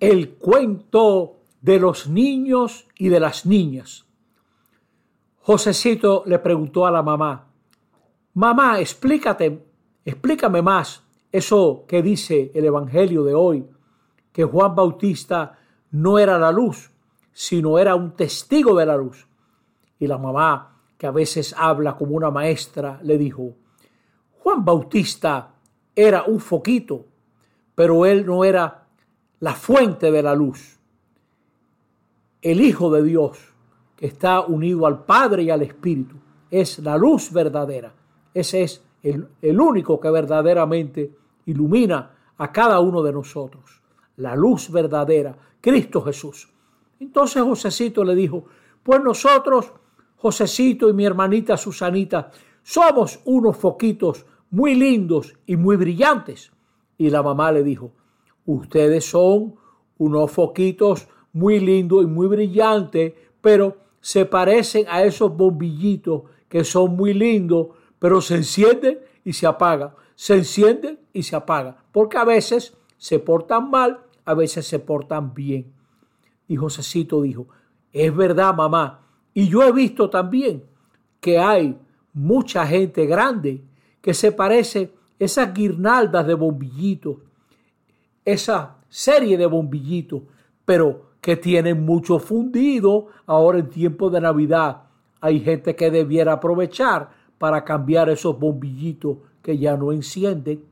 el cuento de los niños y de las niñas. Josecito le preguntó a la mamá: mamá, explícame más eso que dice el Evangelio de hoy, que Juan Bautista no era la luz, sino era un testigo de la luz. Y la mamá, que a veces habla como una maestra, le dijo: Juan Bautista era un foquito, pero él no era la fuente de la luz. El Hijo de Dios, que está unido al Padre y al Espíritu, es la luz verdadera. Ese es el único que verdaderamente ilumina a cada uno de nosotros. La luz verdadera, Cristo Jesús. Entonces Josecito le dijo: pues nosotros, Josecito y mi hermanita Susanita, somos unos foquitos muy lindos y muy brillantes. Y la mamá le dijo: ustedes son unos foquitos muy lindos y muy brillantes, pero se parecen a esos bombillitos que son muy lindos, pero se encienden y se apagan, se encienden y se apagan, porque a veces se portan mal, a veces se portan bien. Y Josecito dijo: es verdad, mamá, y yo he visto también que hay mucha gente grande que se parece a esas guirnaldas de bombillitos, esa serie de bombillitos, pero que tienen mucho fundido. Ahora en tiempo de Navidad hay gente que debiera aprovechar para cambiar esos bombillitos que ya no encienden.